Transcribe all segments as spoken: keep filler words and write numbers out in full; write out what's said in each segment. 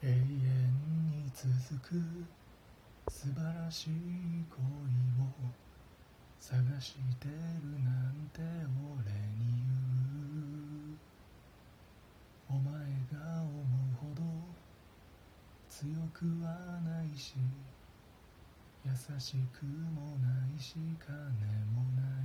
永遠に続く素晴らしい恋を探してるなんて俺に言う。お前が思うほど強くはないし、優しくもないし、金もない。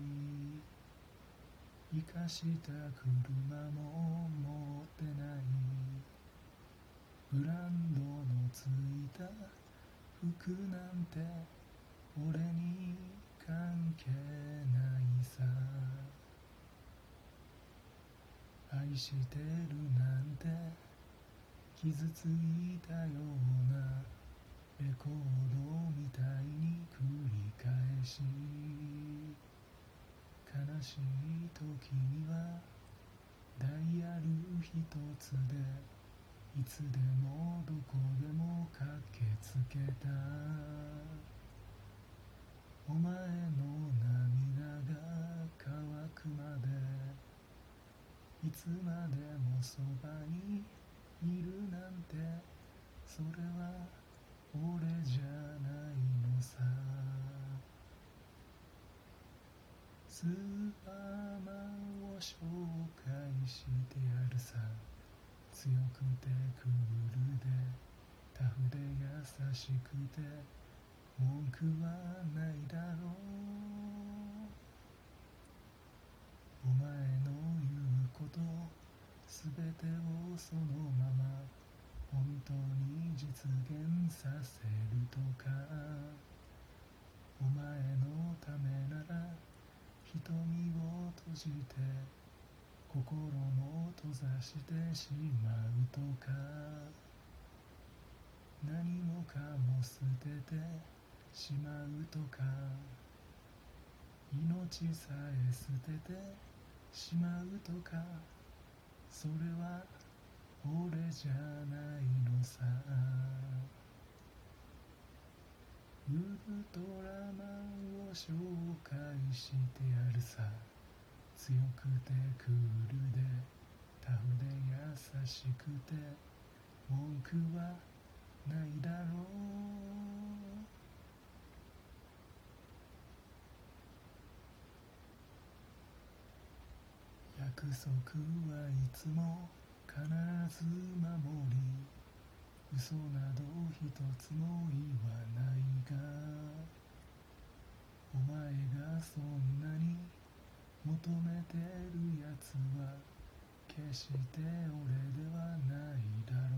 生かした車も持ってない。ブランドのついた服なんて俺に関係ないさ。愛してるなんて傷ついたようなレコードみたいに繰り返し、悲しい時にはダイヤル一つでいつでもどこでも駆けつけた。お前の涙が乾くまでいつまでもそばにいるなんて、それは俺じゃないのさ。スーパーマンを紹介してやるさ。強くてクールでタフで優しくて文句はないだろう。お前の言うことすべてをそのまま本当に実現させるとか。お前のためなら瞳を閉じて心も閉ざしてしまうとか。何もかも捨ててしまうとか。命さえ捨ててしまうとか。それは俺じゃないのさ。ウルトラマンを紹介してやるさ。強くてクールでタフで優しくて文句はないだろう。約束はいつも必ず守り、嘘など一つも言わないが、お前がそんなに求めてるやつは決して俺ではないだろ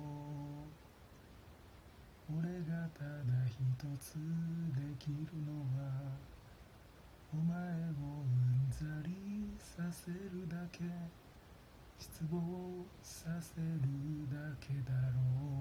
う。俺がただ一つできるのはお前をうんざりさせるだけ、失望させるだけだろう。